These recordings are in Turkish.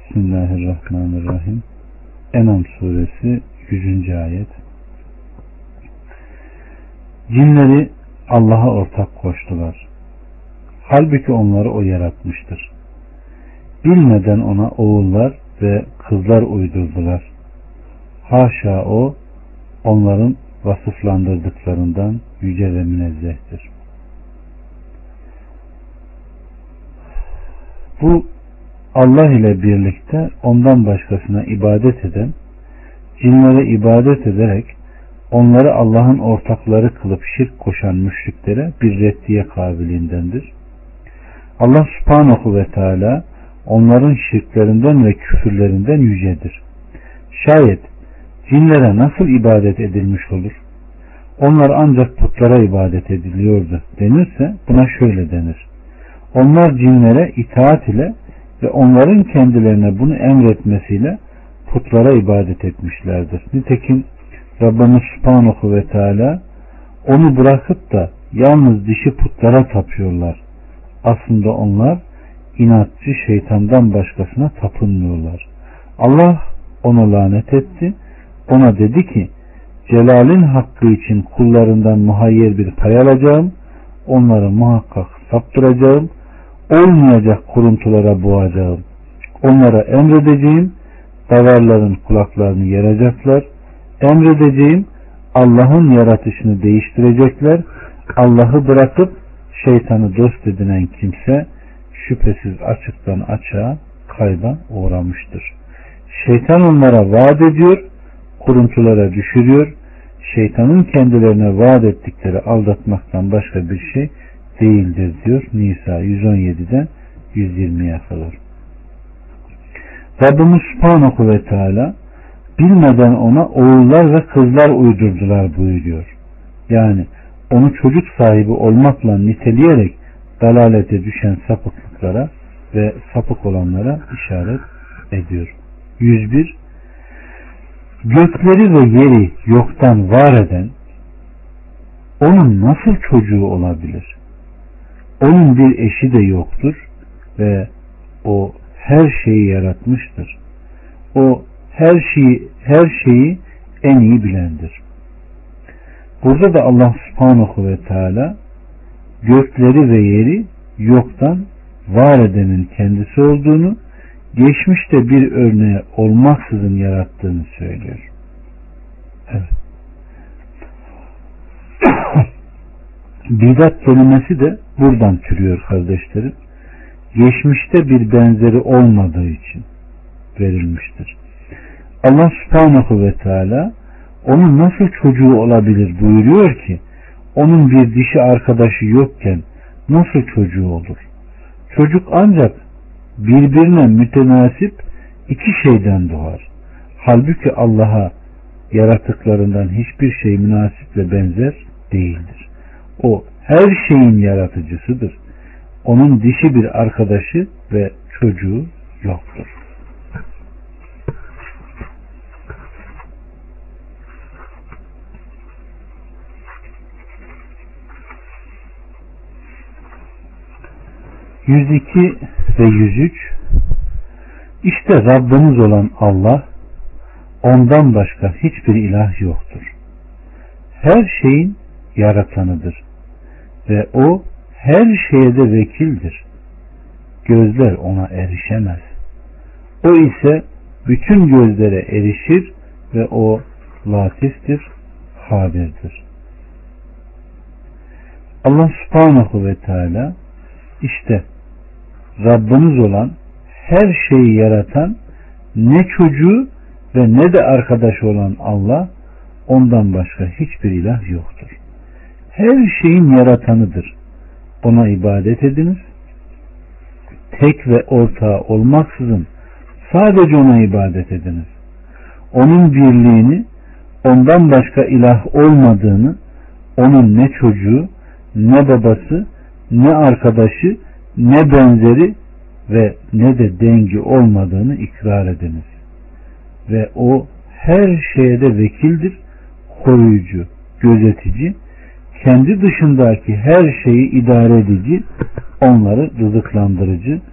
Bismillahirrahmanirrahim. En'am suresi 100. ayet. Cinleri Allah'a ortak koştular. Halbuki onları o yaratmıştır. Bilmeden ona oğullar ve kızlar uydurdular. Haşa, o onların vasıflandırdıklarından yüce ve münezzehtir. Bu Allah ile birlikte ondan başkasına ibadet eden, cinlere ibadet ederek onları Allah'ın ortakları kılıp şirk koşan müşriklere bir reddiye kabiliğindendir. Allah subhanahu ve teala onların şirklerinden ve küfürlerinden yücedir. Şayet cinlere nasıl ibadet edilmiş olur? Onlar ancak putlara ibadet ediliyordu denirse buna şöyle denir. Onlar cinlere itaat ile ve onların kendilerine bunu emretmesiyle putlara ibadet etmişlerdir. Nitekim Rabbimiz Subhanahu ve Teala onu bırakıp da yalnız dişi putlara tapıyorlar. Aslında onlar inatçı şeytandan başkasına tapınmıyorlar. Allah onu lanet etti. Ona dedi ki, Celal'in hakkı için kullarından muhayyer bir pay alacağım. Onları muhakkak saptıracağım. Olmayacak kuruntulara boğacağım. Onlara emredeceğim. Davarların kulaklarını yaracaklar. Emredeceğim. Allah'ın yaratışını değiştirecekler. Allah'ı bırakıp şeytanı dost edinen kimse şüphesiz açıktan açığa kayba uğramıştır. Şeytan onlara vaat ediyor, kuruntulara düşürüyor. Şeytanın kendilerine vaat ettikleri aldatmaktan başka bir şey değildir diyor Nisa 117'den 120'ye kadar. Rabbimiz Subhanahu ve Teala bilmeden ona oğullar ve kızlar uydurdular buyuruyor. Yani onu çocuk sahibi olmakla niteleyerek dalalete düşen sapıklıklara ve sapık olanlara işaret ediyor. 101. Gökleri ve yeri yoktan var eden onun nasıl çocuğu olabilir? Onun bir eşi de yoktur ve o her şeyi yaratmıştır. O her şeyi en iyi bilendir. Burada da Allah Subhanahu ve Teala gökleri ve yeri yoktan var edenin kendisi olduğunu, geçmişte bir örneği olmaksızın yarattığını söylüyor. Evet. Bidat kelimesi de buradan türüyor kardeşlerim. Geçmişte bir benzeri olmadığı için verilmiştir. Allah Subhanahu ve Teala onun nasıl çocuğu olabilir buyuruyor ki, onun bir dişi arkadaşı yokken nasıl çocuğu olur? Çocuk ancak birbirine mütenasip iki şeyden doğar. Halbuki Allah'a yaratıklarından hiçbir şey münasip ve benzer değildir. O her şeyin yaratıcısıdır. Onun dişi bir arkadaşı ve çocuğu yoktur. %102 ve 103. İşte Rabbimiz olan Allah, ondan başka hiçbir ilah yoktur. Her şeyin yaratanıdır ve o her şeye de vekildir. Gözler ona erişemez. O ise bütün gözlere erişir ve o latiftir, habirdir. Allah Subhanahu ve Teala işte Rabbiniz olan her şeyi yaratan, ne çocuğu ve ne de arkadaş olan Allah, ondan başka hiçbir ilah yoktur. Her şeyin yaratanıdır. Ona ibadet ediniz. Tek ve ortağı olmaksızın sadece ona ibadet ediniz. Onun birliğini, ondan başka ilah olmadığını, onun ne çocuğu, ne babası, ne arkadaşı, ne benzeri ve ne de dengi olmadığını ikrar ediniz. Ve o her şeye de vekildir, koruyucu, gözetici, kendi dışındaki her şeyi idare edici, onları rızıklandırıcı,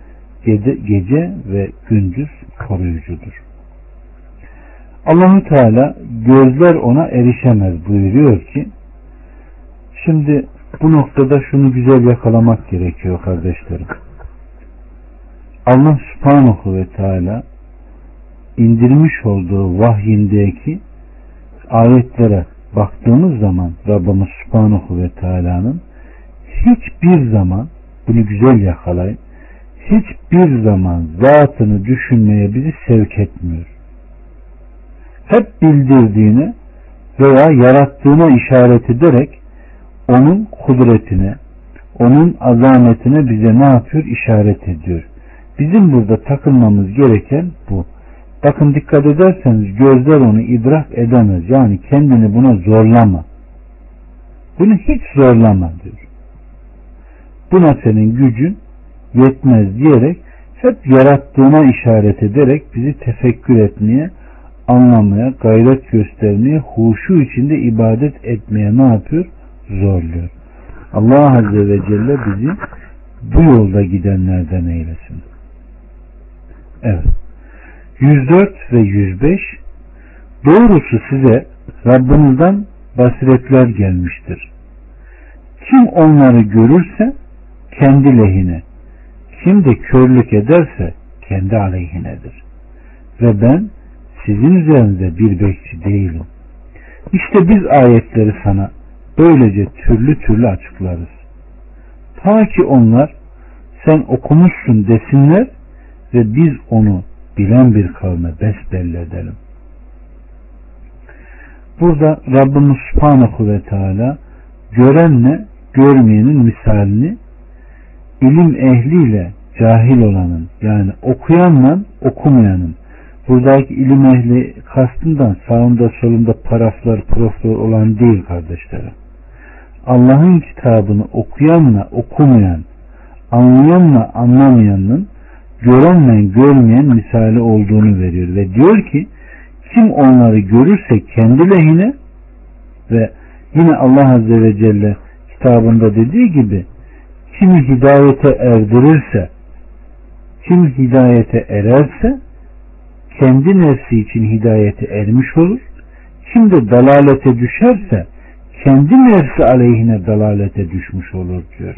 gece ve gündüz koruyucudur. Allah-u Teala gözler ona erişemez buyuruyor ki, şimdi bu noktada şunu güzel yakalamak gerekiyor kardeşlerim. Allah Subhanahu ve Teala indirmiş olduğu vahyindeki ayetlere baktığımız zaman Rabbimiz Subhanahu ve Teala'nın hiçbir zaman, bunu güzel yakalayın, hiçbir zaman zatını düşünmeye bizi sevk etmiyor. Hep bildirdiğine veya yarattığına işaret ederek onun kudretine, onun azametine bize ne yapıyor? İşaret ediyor. Bizim burada takılmamız gereken bu. Bakın dikkat ederseniz gözler onu idrak edemez. Yani kendini buna zorlama. Bunu hiç zorlama diyor. Buna senin gücün yetmez diyerek hep yarattığına işaret ederek bizi tefekkür etmeye, anlamaya, gayret göstermeye, huşu içinde ibadet etmeye ne yapıyor? Zorluyor. Allah Azze ve Celle bizi bu yolda gidenlerden eylesin. Evet. 104 ve 105 doğrusu size Rabbinizden basiretler gelmiştir. Kim onları görürse kendi lehine, kim de körlük ederse kendi aleyhinedir. Ve ben sizin üzerinde bir bekçi değilim. İşte biz ayetleri sana böylece türlü türlü açıklarız. Ta ki onlar sen okumuşsun desinler ve biz onu bilen bir kavme besbelli edelim. Burada Rabbimiz Subhanahu ve Teala görenle görmeyenin misalini ilim ehliyle cahil olanın, yani okuyanla okumayanın, buradaki ilim ehli kastından sağında solunda paraflar, proflar olan değil kardeşlerim. Allah'ın kitabını okuyanla okumayan, anlayanla anlamayanın, görenle görmeyen misali olduğunu veriyor ve diyor ki kim onları görürse kendi lehine, ve yine Allah Azze ve Celle kitabında dediği gibi kimi hidayete erdirirse, kim hidayete ererse kendi nefsi için hidayete ermiş olur. Kim de dalalete düşerse kendi nefsi aleyhine dalalete düşmüş olur diyor.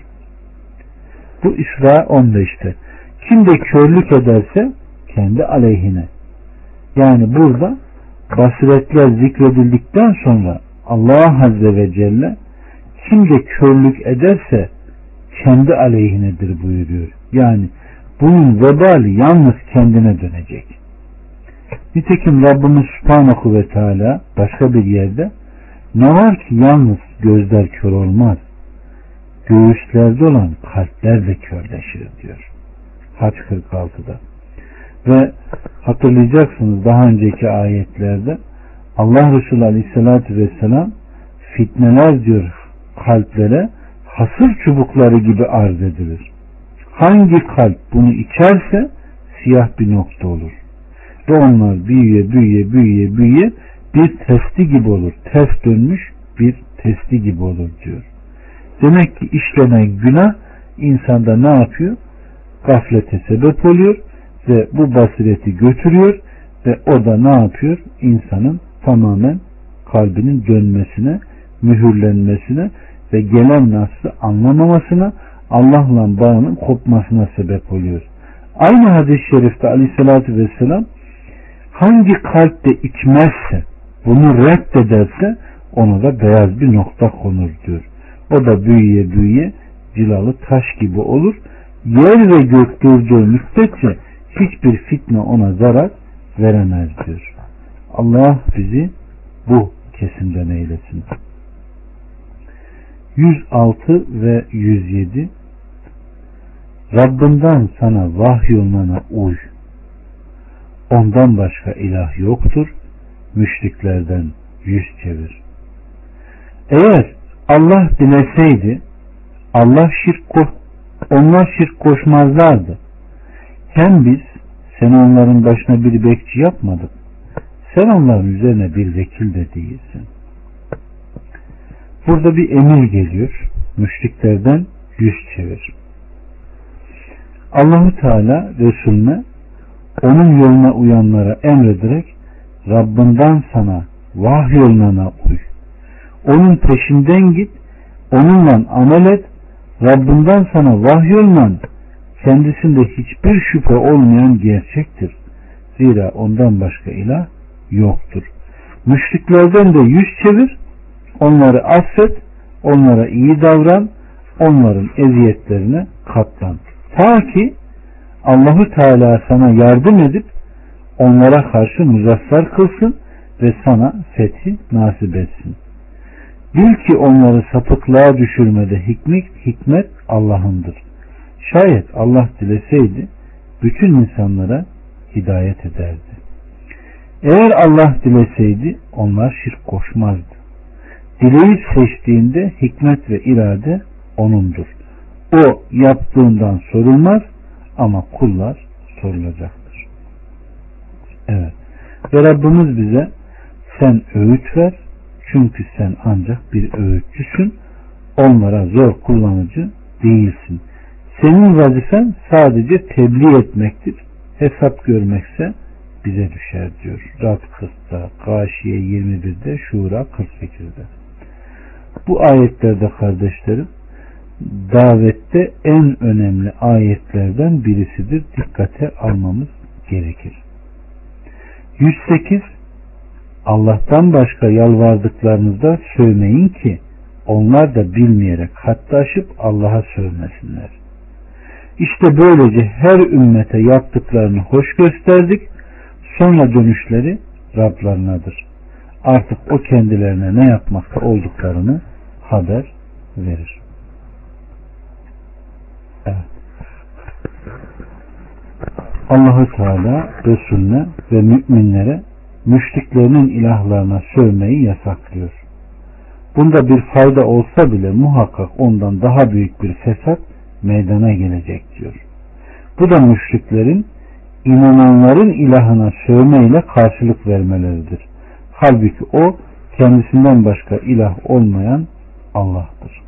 Bu İsra 15'te. Kim de körlük ederse kendi aleyhine. Yani burada basiretler zikredildikten sonra Allah Azze ve Celle kim de körlük ederse kendi aleyhinedir buyuruyor. Yani bunun vebali yalnız kendine dönecek. Nitekim Rabbimiz Subhanahu ve Teala başka bir yerde ne var ki yalnız gözler kör olmaz, göğüslerde olan kalpler de körleşir diyor. Hac 46'da. Ve hatırlayacaksınız daha önceki ayetlerde Allah Resulü Aleyhisselatü Vesselam fitneler diyor kalplere hasır çubukları gibi arz edilir. Hangi kalp bunu içerse siyah bir nokta olur. Ve onlar büyüye bir testi gibi olur. Ters dönmüş bir testi gibi olur diyor. Demek ki işlenen günah insanda ne yapıyor? Gaflete sebep oluyor ve bu basireti götürüyor ve o da ne yapıyor? İnsanın tamamen kalbinin dönmesine, mühürlenmesine ve gelen naslı anlamamasına, Allah'la bağının kopmasına sebep oluyor. Aynı hadis-i şerifte Aleyhisselatü Vesselam hangi kalp de içmezse, bunu reddederse ona da beyaz bir nokta konur diyor. O da büyüye cilalı taş gibi olur. Yer ve gök durduğu müddetçe hiçbir fitne ona zarar veremez diyor. Allah bizi bu kesimden eylesin. 106 ve 107 Rabbinden sana vahyolunana uy. Ondan başka ilah yoktur. Müşriklerden yüz çevir. Eğer Allah dileseydi onlar şirk koşmazlardı. Hem biz sen onların başına bir bekçi yapmadık. Sen onların üzerine bir vekil de değilsin. Burada bir emir geliyor. Müşriklerden yüz çevir. Allahu Teala Resulüne onun yoluna uyanlara emrederek Rabbinden sana vahyolunana uy. Onun peşinden git, onunla amel et, Rabbinden sana vahyolunan kendisinde hiçbir şüphe olmayan gerçektir. Zira ondan başka ilah yoktur. Müşriklerden de yüz çevir, onları affet, onlara iyi davran, onların eziyetlerine katlan. Ta ki Allahu Teala sana yardım edip onlara karşı muzaffer kılsın ve sana fethi nasip etsin. Bil ki onları sapıklığa düşürmede hikmet Allah'ındır. Şayet Allah dileseydi bütün insanlara hidayet ederdi. Eğer Allah dileseydi onlar şirk koşmazdı. Dileyip seçtiğinde hikmet ve irade O'nundur. O yaptığından sorulmaz ama kullar sorulacaktır. Evet. Ve Rabbimiz bize sen öğüt ver çünkü sen ancak bir öğütçüsün. Onlara zor kullanıcı değilsin. Senin vazifen sadece tebliğ etmektir. Hesap görmekse bize düşer diyor. Rad 40'da, Gâşiye 21'de, Şura 48'de. Bu ayetlerde kardeşlerim davette en önemli ayetlerden birisidir. Dikkate almamız gerekir. 108 Allah'tan başka yalvardıklarınızda sövmeyin ki onlar da bilmeyerek hatta aşıp Allah'a sövmesinler. İşte böylece her ümmete yaptıklarını hoş gösterdik. Sonra dönüşleri Rablarınadır. Artık o kendilerine ne yapmakta olduklarını haber verir. Evet. Allah-u Teala Resulüne ve müminlere müşriklerinin ilahlarına sövmeyi yasaklıyor. Bunda bir fayda olsa bile muhakkak ondan daha büyük bir fesat meydana gelecek diyor. Bu da müşriklerin inananların ilahına sövmeyle karşılık vermeleridir. Halbuki o kendisinden başka ilah olmayan Allah'tır.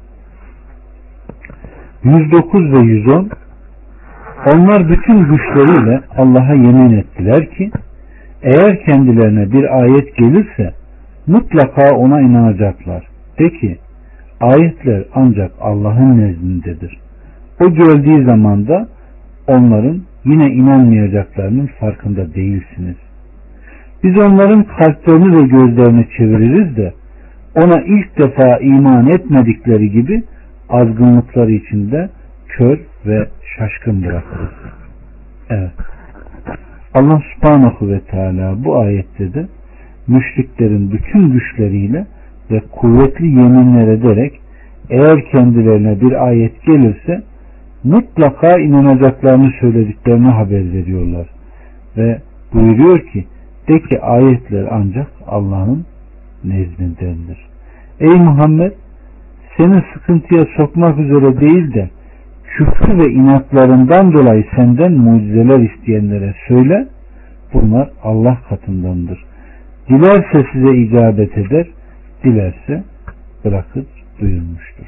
109 ve 110 Onlar bütün güçleriyle Allah'a yemin ettiler ki eğer kendilerine bir ayet gelirse mutlaka ona inanacaklar. De ki ayetler ancak Allah'ın nezdindedir. O geldiği zaman da onların yine inanmayacaklarının farkında değilsiniz. Biz onların kalplerini ve gözlerini çeviririz de ona ilk defa iman etmedikleri gibi azgınlıkları içinde kör ve şaşkın bırakırız. Evet. Allah subhanahu ve teala bu ayette de müşriklerin bütün güçleriyle ve kuvvetli yeminler ederek eğer kendilerine bir ayet gelirse mutlaka inanacaklarını söylediklerini haber veriyorlar. Ve buyuruyor ki de ki ayetler ancak Allah'ın nezdindendir. Ey Muhammed seni sıkıntıya sokmak üzere değil de küfür ve inatlarından dolayı senden mucizeler isteyenlere söyle, bunlar Allah katındandır. Dilerse size icabet eder, dilerse bırakır buyurmuştur.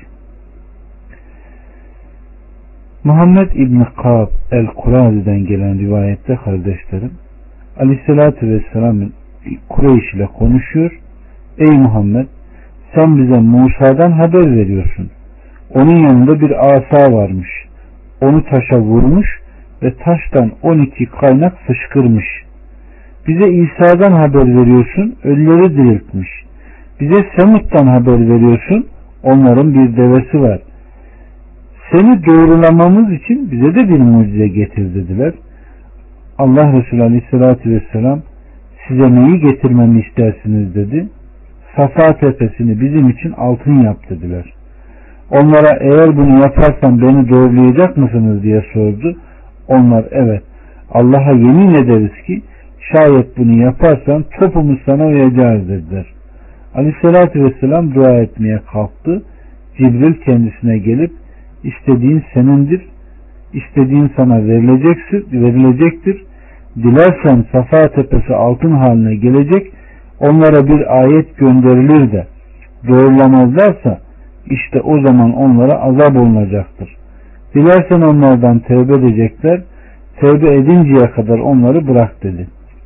Muhammed İbni Kâb el-Kurazi'den gelen rivayette kardeşlerim, Aleyhisselatü Vesselam'ın Kureyş ile konuşuyor. Ey Muhammed sen bize Musa'dan haber veriyorsun. Onun yanında bir asa varmış. Onu taşa vurmuş ve taştan 12 kaynak fışkırmış. Bize İsa'dan haber veriyorsun. Ölüleri diriltmiş. Bize Semut'tan haber veriyorsun. Onların bir devesi var. Seni doğrulamamız için bize de bir mucize getir dediler. Allah Resulü Aleyhisselatü Vesselam size neyi getirmemi istersiniz dedi. Safa tepesini bizim için altın yap dediler. Onlara eğer bunu yaparsam beni doğrulayacak mısınız diye sordu. Onlar evet Allah'a yemin ederiz ki şayet bunu yaparsan topumuz sana uyacağız dediler. Aleyhissalatü vesselam dua etmeye kalktı. Cibril kendisine gelip istediğin senindir, istediğin sana verilecektir. Dilersen Safa tepesi altın haline gelecek, onlara bir ayet gönderilir de doğrulamazlarsa işte o zaman onlara azap olunacaktır. Dilersen onlardan tevbe edecekler. Tevbe edinceye kadar onları bırak dedi.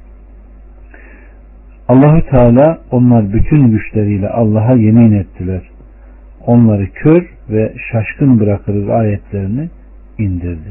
Allahu Teala onlar bütün güçleriyle Allah'a yemin ettiler. Onları kör ve şaşkın bırakırız ayetlerini indirdi.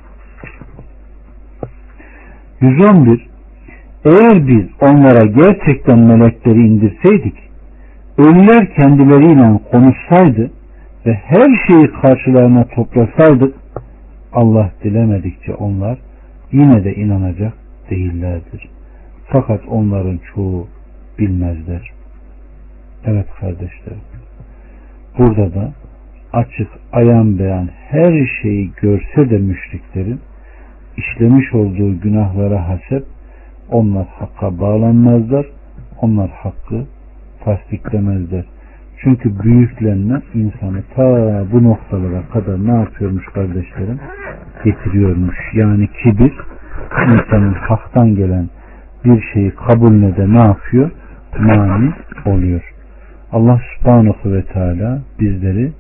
111. Eğer biz onlara gerçekten melekleri indirseydik, ölüler kendileriyle konuşsaydı ve her şeyi karşılarına toplasaydık, Allah dilemedikçe onlar yine de inanacak değillerdir. Fakat onların çoğu bilmezler. Evet kardeşlerim, burada da açık ayan beyan her şeyi görse de müşriklerin işlemiş olduğu günahlara hasep onlar hakka bağlanmazlar, onlar hakkı tasdiklemezler. Çünkü büyüklenme insanı ta bu noktalara kadar ne yapıyormuş kardeşlerim? Getiriyormuş. Yani kibir insanın haktan gelen bir şeyi kabulüne de ne yapıyor? Mani oluyor. Allah subhanahu ve teala bizleri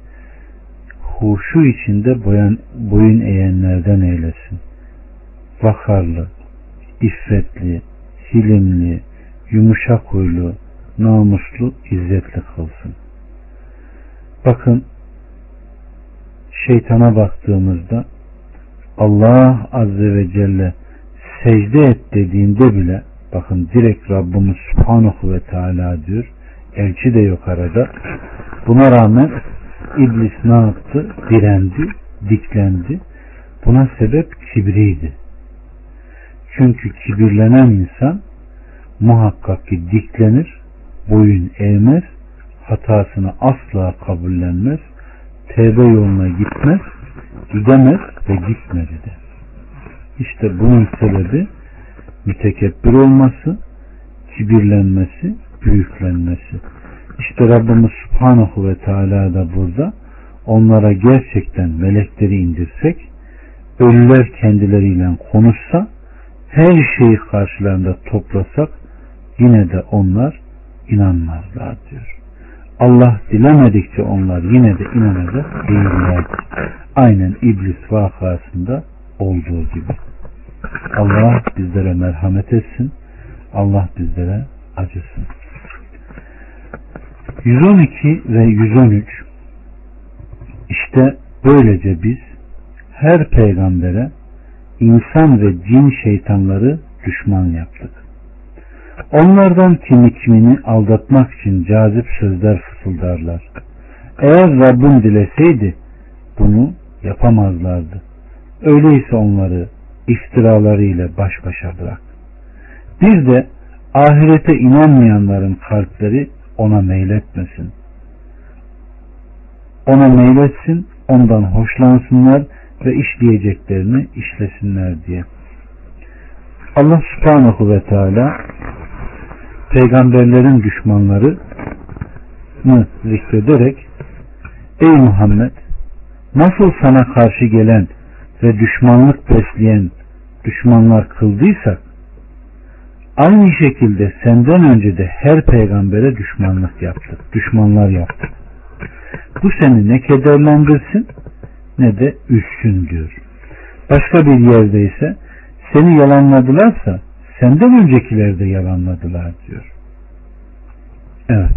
huşu içinde boyun eğenlerden eylesin. Vakarlı, iffetli, hilimli, yumuşak huylu, namuslu, izzetli kılsın. Bakın, şeytana baktığımızda Allah azze ve celle secde et dediğinde bile bakın direkt Rabbimiz subhanahu ve teala diyor. Elçi de yok arada. Buna rağmen iblis ne yaptı? Direndi, diklendi. Buna sebep kibriydi. Çünkü kibirlenen insan muhakkak ki diklenir, boyun eğmez, hatasını asla kabullenmez, tevbe yoluna gitmez, gidemez ve gitmedi de. İşte bunun sebebi mütekebbir olması, kibirlenmesi, büyüklenmesi. İşte Rabbimiz Subhanahu ve Teala da burada onlara gerçekten melekleri indirsek, ölüler kendileriyle konuşsa, her şeyi karşılarında toplasak yine de onlar inanmazlar diyor. Allah dilemedikçe onlar yine de inanacak değiller. Aynen iblis vakasında olduğu gibi. Allah bizlere merhamet etsin. Allah bizlere acısın. 112 ve 113. İşte böylece biz her peygambere insan ve cin şeytanları düşman yaptık. Onlardan kimini aldatmak için cazip sözler fısıldarlar. Eğer Rabbim dileseydi bunu yapamazlardı. Öyleyse onları iftiralarıyla baş başa bırak. Bir de ahirete inanmayanların kalpleri ona meyletmesin. Ona meyletsin, ondan hoşlansınlar ve işleyeceklerini işlesinler diye. Allah subhanahu ve teala peygamberlerin düşmanlarını zikrederek ey Muhammed, nasıl sana karşı gelen ve düşmanlık besleyen düşmanlar kıldıysak aynı şekilde senden önce de her peygambere düşmanlar yaptık. Bu seni ne kederlendirsin ne de üzsün diyor. Başka bir yerde ise seni yalanladılarsa senden öncekiler de yalanladılar diyor. Evet.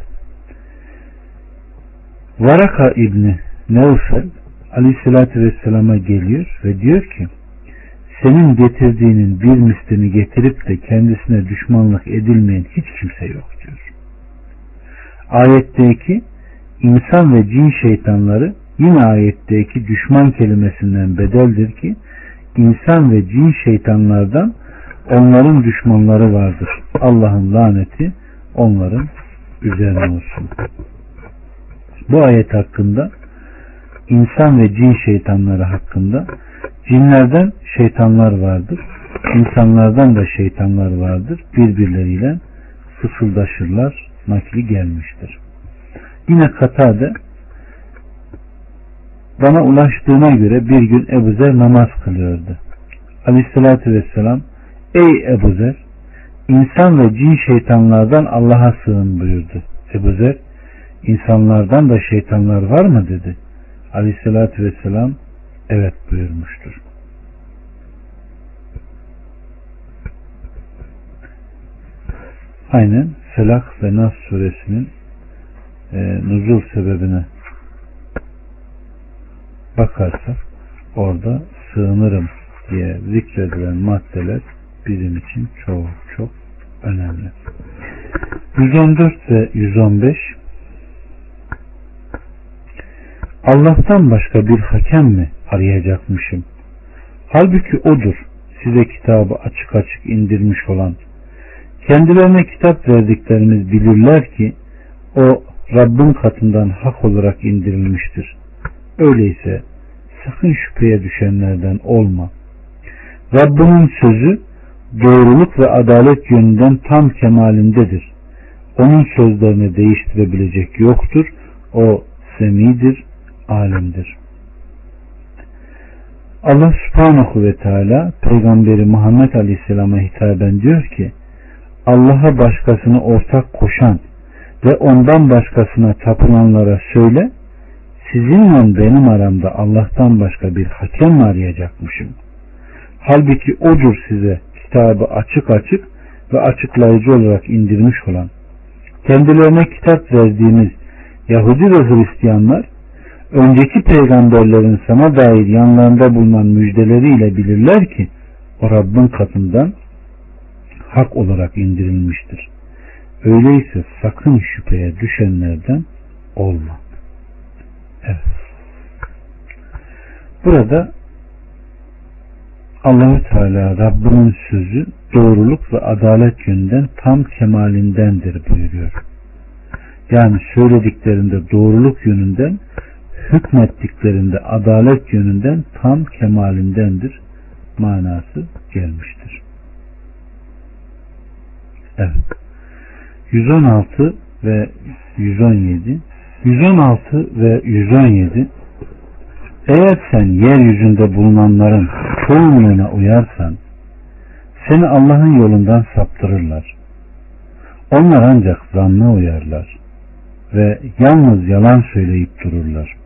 Varaka İbni Nevfel Aleyhisselatü Vesselam'a geliyor ve diyor ki senin getirdiğinin bir mislini getirip de kendisine düşmanlık edilmeyen hiç kimse yok diyor. Ayetteki insan ve cin şeytanları yine ayetteki düşman kelimesinden bedeldir ki insan ve cin şeytanlardan onların düşmanları vardır. Allah'ın laneti onların üzerine olsun. Bu ayet hakkında insan ve cin şeytanları hakkında cinlerden şeytanlar vardır. İnsanlardan da şeytanlar vardır. Birbirleriyle fısıldaşırlar. Nakli gelmiştir. Yine Katade bana ulaştığına göre bir gün Ebu Zer namaz kılıyordu. Aleyhissalatü vesselam ey Ebu Zer, insan ve cin şeytanlardan Allah'a sığın buyurdu. Ebu Zer, insanlardan da şeytanlar var mı dedi. Aleyhissalatü vesselam evet buyurmuştur. Aynen Felak ve Nas suresinin nuzul sebebine bakarsak orada sığınırım diye zikredilen maddeler bizim için çok çok önemli. 114 ve 115 Allah'tan başka bir hakem mi arayacakmışım? Halbuki odur size kitabı açık açık indirmiş olan. Kendilerine kitap verdiklerimiz bilirler ki o Rabbin katından hak olarak indirilmiştir. Öyleyse sakın şüpheye düşenlerden olma. Rabbinin sözü doğruluk ve adalet yönünden tam kemalindedir. Onun sözlerini değiştirebilecek yoktur. O semidir, alimdir. Allah subhanahu ve teala Peygamberi Muhammed Aleyhisselam'a hitaben diyor ki Allah'a başkasını ortak koşan ve ondan başkasına tapınanlara söyle, sizinle benim aramda Allah'tan başka bir hakem mi arayacakmışım? Halbuki odur size kitabı açık açık ve açıklayıcı olarak indirmiş olan. Kendilerine kitap verdiğimiz Yahudi ve Hristiyanlar önceki peygamberlerin sana dair yanlarında bulunan müjdeleriyle bilirler ki o Rabbin katından hak olarak indirilmiştir. Öyleyse sakın şüpheye düşenlerden olma. Evet. Burada Allah-u Teala Rabbinin sözü doğruluk ve adalet yönünden tam kemalindendir buyuruyor. Yani söylediklerinde doğruluk yönünden, hükmettiklerinde adalet yönünden tam kemalindendir manası gelmiştir. Evet. 116 ve 117 116 ve 117 Eğer sen yeryüzünde bulunanların çoğunluğuna uyarsan seni Allah'ın yolundan saptırırlar. Onlar ancak zanna uyarlar ve yalnız yalan söyleyip dururlar.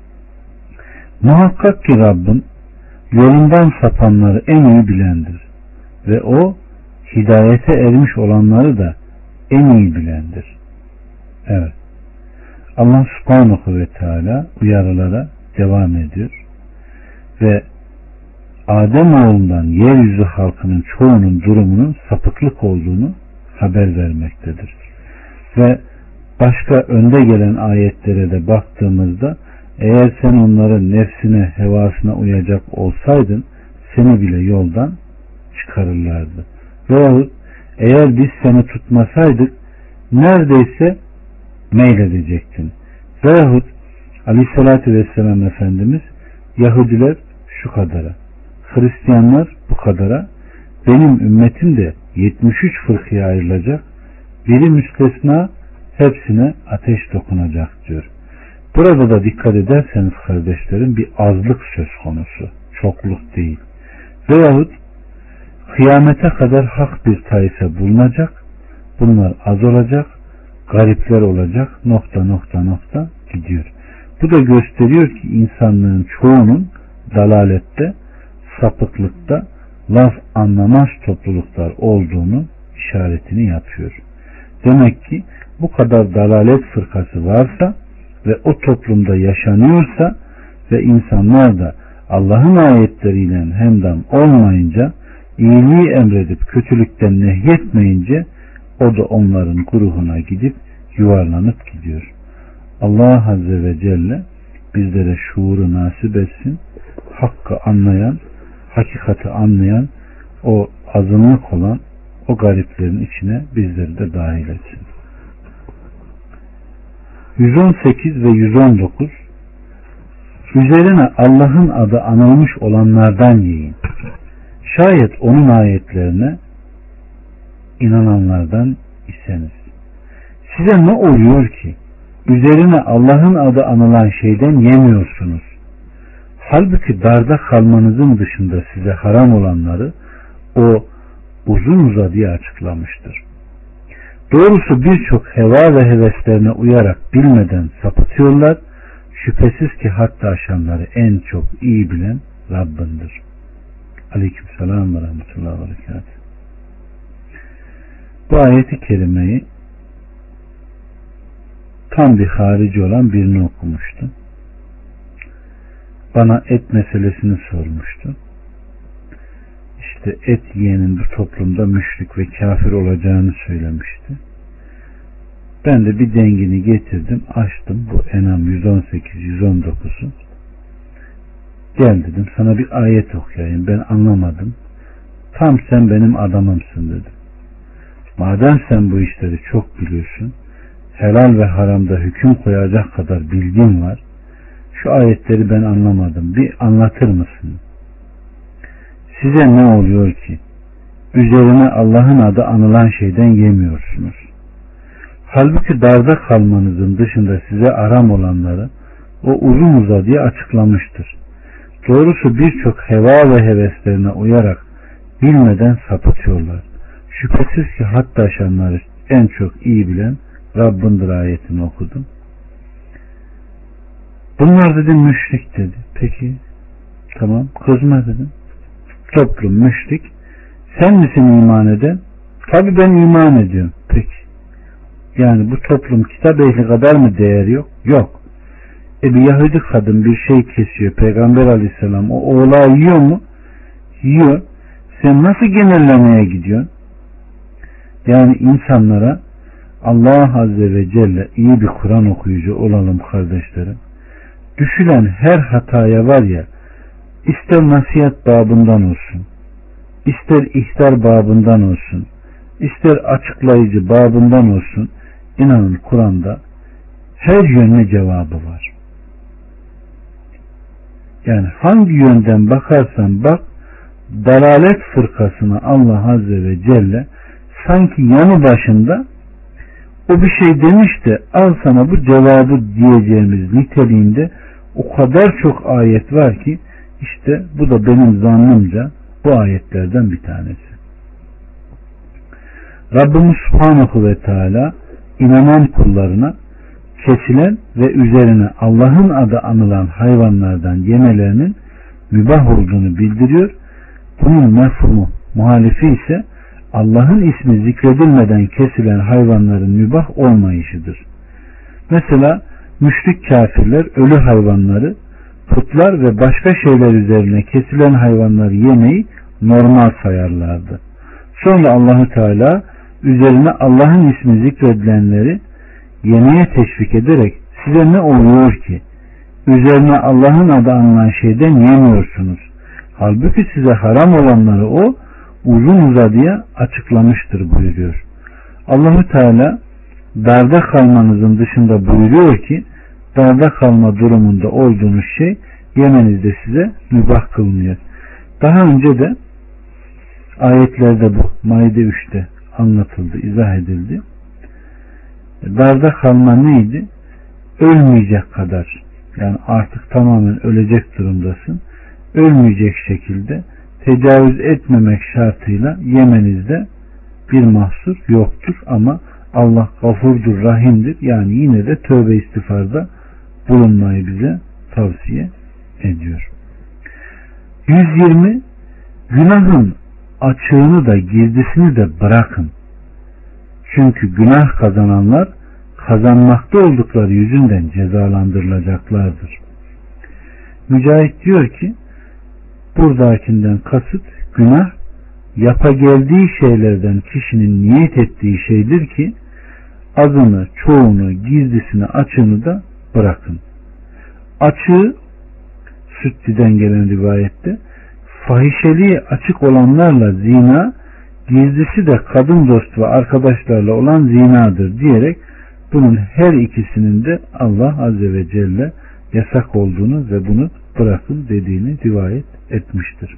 Muhakkak ki Rabbin yolundan sapanları en iyi bilendir ve o hidayete ermiş olanları da en iyi bilendir. Evet. Allah subhanahu ve teala uyarılara devam ediyor ve Ademoğlundan yeryüzü halkının çoğunun durumunun sapıklık olduğunu haber vermektedir. Ve başka önde gelen ayetlere de baktığımızda eğer sen onların nefsine, hevasına uyacak olsaydın seni bile yoldan çıkarırlardı. Veyahut eğer biz seni tutmasaydık neredeyse meyledecektin. Veyahut Aleyhisselatü Vesselam Efendimiz Yahudiler şu kadara, Hristiyanlar bu kadara, benim ümmetim de 73 fırkaya ayrılacak, biri müstesna, hepsine ateş dokunacak diyor. Burada da dikkat ederseniz kardeşlerim bir azlık söz konusu, çokluk değil. Veyahut kıyamete kadar hak bir taife bulunacak, bunlar az olacak, garipler olacak, nokta gidiyor. Bu da gösteriyor ki insanlığın çoğunun dalalette, sapıklıkta, laf anlamaz topluluklar olduğunu işaretini yapıyor. Demek ki bu kadar dalalet fırkası varsa ve o toplumda yaşanıyorsa ve insanlar da Allah'ın ayetleriyle hemdam olmayınca, iyiliği emredip kötülükten nehyetmeyince o da onların grubuna gidip yuvarlanıp gidiyor. Allah Azze ve Celle bizlere şuuru nasip etsin. Hakkı anlayan, hakikati anlayan, o azınlık olan o gariplerin içine bizleri de dahil etsin. 118 ve 119 Üzerine Allah'ın adı anılmış olanlardan yiyin. Şayet onun ayetlerine inananlardan iseniz. Size ne oluyor ki üzerine Allah'ın adı anılan şeyden yemiyorsunuz? Halbuki darda kalmanızın dışında size haram olanları o uzun uzadıya açıklamıştır. Doğrusu birçok heva ve heveslerine uyarak bilmeden sapıtıyorlar. Şüphesiz ki hatta aşanları en çok iyi bilen Rabbindir. Aleykümselam ve rahmetullahi ve berekatuhu. Bu ayeti kerimeyi tam bir harici olan birini okumuştu. Bana et meselesini sormuştu. İşte et yiyenin bu toplumda müşrik ve kafir olacağını söylemişti. Ben de bir dengini getirdim, açtım bu Enam 118-119'u. Gel dedim, sana bir ayet okuyayım, ben anlamadım. Tam sen benim adamımsın dedim. Madem sen bu işleri çok biliyorsun, helal ve haramda hüküm koyacak kadar bilgin var, şu ayetleri ben anlamadım, bir anlatır mısın? Size ne oluyor ki? Üzerine Allah'ın adı anılan şeyden yemiyorsunuz. Halbuki darda kalmanızın dışında size aram olanları o uzun uzadıya açıklamıştır. Doğrusu birçok heva ve heveslerine uyarak bilmeden sapıtıyorlar. Şüphesiz ki hatta aşanları en çok iyi bilen Rabbindir ayetini okudum. Bunlar dedim müşrik dedi. Peki tamam, kızma dedim. Toplum müşrik. Sen misin iman eden? Tabii ben iman ediyorum. Peki. Yani bu toplum kitap ehli kadar mı değer yok? Yok. Bir Yahudi kadın bir şey kesiyor. Peygamber aleyhisselam o oğlağı yiyor mu? Yiyor. Sen nasıl genellemeye gidiyorsun? Yani insanlara Allah Azze ve Celle iyi bir Kur'an okuyucu olalım kardeşlerim. Düşülen her hataya var ya, ister nasihat babından olsun, ister ihtar babından olsun, ister açıklayıcı babından olsun, inanın Kur'an'da her yönlü cevabı var. Yani hangi yönden bakarsan bak, dalalet fırkasına Allah Azze ve Celle sanki yanı başında o bir şey demiş de al sana bu cevabı diyeceğimiz niteliğinde o kadar çok ayet var ki işte bu da benim zannımca bu ayetlerden bir tanesi. Rabbimiz Subhanahu ve Teala inanan kullarına kesilen ve üzerine Allah'ın adı anılan hayvanlardan yemelerinin mübah olduğunu bildiriyor. Bunun mefhumu muhalifi ise Allah'ın ismi zikredilmeden kesilen hayvanların mübah olmayışıdır. Mesela müşrik kafirler ölü hayvanları, putlar ve başka şeyler üzerine kesilen hayvanları yemeyi normal sayarlardı. Sonra Allahu Teala üzerine Allah'ın ismi zikredilenleri yemeye teşvik ederek size ne oluyor ki? Üzerine Allah'ın adı anılan şeyden yemiyorsunuz. Halbuki size haram olanları o uzun uzadıya açıklamıştır buyuruyor. Allahu Teala darda kalmanızın dışında buyuruyor ki darda kalma durumunda olduğunuz şey yemenizde size mübah kılınıyor. Daha önce de ayetlerde bu Maide 3'te anlatıldı, izah edildi. Darda kalma neydi? Ölmeyecek kadar, yani artık tamamen ölecek durumdasın. Ölmeyecek şekilde tecavüz etmemek şartıyla yemenizde bir mahsur yoktur ama Allah gafurdur, rahimdir. Yani yine de tövbe istiğfarda bulunmayı bize tavsiye ediyor. 120 Günahın açığını da gizlisini de bırakın. Çünkü günah kazananlar kazanmakta oldukları yüzünden cezalandırılacaklardır. Mücahit diyor ki buradakinden kasıt günah yapa geldiği şeylerden kişinin niyet ettiği şeydir ki azını, çoğunu, gizlisini, açığını da bırakın. Açığı Sütti'den gelen rivayette fahişeliği açık olanlarla zina, gizlisi de kadın dostu ve arkadaşlarla olan zinadır diyerek bunun her ikisinin de Allah Azze ve Celle yasak olduğunu ve bunu bırakın dediğini rivayet etmiştir.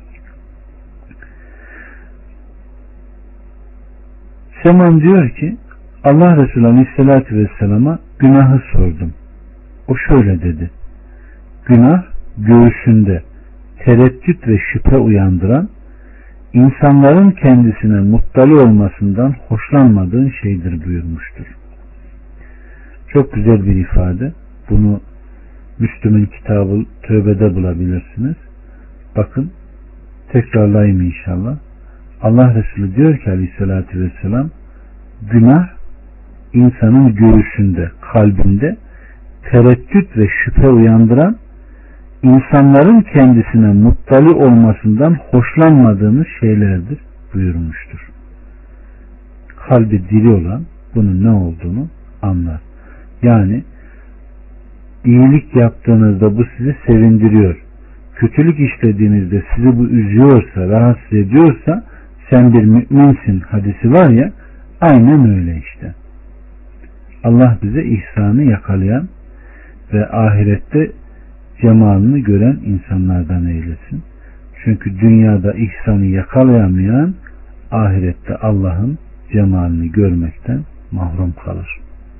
Seman diyor ki Allah Resulü Aleyhisselatü Vesselam'a günahı sordum. O şöyle dedi. Günah göğsünde tereddüt ve şüphe uyandıran, insanların kendisine muttali olmasından hoşlanmadığın şeydir buyurmuştur. Çok güzel bir ifade. Bunu Müslüm'ün kitabı Tövbe'de bulabilirsiniz. Bakın, tekrarlayayım inşallah. Allah Resulü diyor ki aleyhissalatü vesselam, günah insanın göğsünde, kalbinde tereddüt ve şüphe uyandıran, insanların kendisine muttali olmasından hoşlanmadığınız şeylerdir buyurmuştur. Kalbi diri olan bunun ne olduğunu anlar. Yani iyilik yaptığınızda bu sizi sevindiriyor. Kötülük işlediğinizde sizi bu üzüyorsa, rahatsız ediyorsa sen bir müminsin hadisi var ya, aynen öyle işte. Allah bize ihsanı yakalayan ve ahirette cemalini gören insanlardan eylesin. Çünkü dünyada ihsanı yakalayamayan ahirette Allah'ın cemalini görmekten mahrum kalır.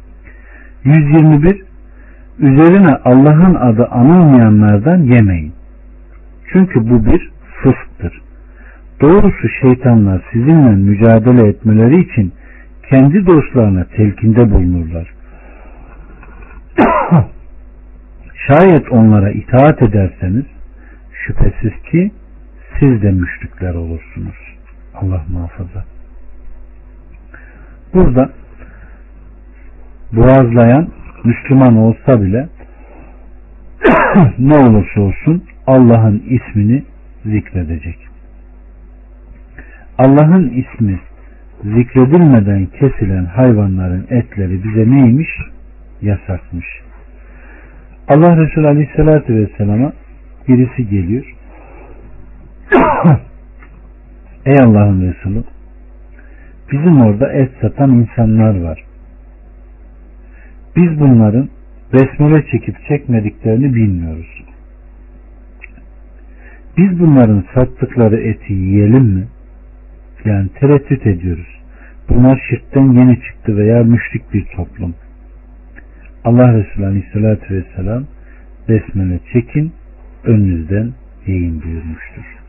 121. Üzerine Allah'ın adı anılmayanlardan yemeyin. Çünkü bu bir fısktır. Doğrusu şeytanlar sizinle mücadele etmeleri için kendi dostlarına telkinde bulunurlar. Şayet onlara itaat ederseniz şüphesiz ki siz de müşrikler olursunuz. Allah muhafaza. Burada boğazlayan Müslüman olsa bile ne olursa olsun Allah'ın ismini zikredecek. Allah'ın ismi zikredilmeden kesilen hayvanların etleri bize neymiş? Yasakmış. Allah Resulü Aleyhisselatü Vesselam'a birisi geliyor. Ey Allah'ın Resulü, bizim orada et satan insanlar var. Biz bunların besmele çekip çekmediklerini bilmiyoruz. Biz bunların sattıkları eti yiyelim mi? Yani tereddüt ediyoruz. Bunlar şirkten yeni çıktı veya müşrik bir toplum. Allah Resulü Aleyhisselatü Vesselam besmele çekin, önünüzden yiyin buyurmuştur.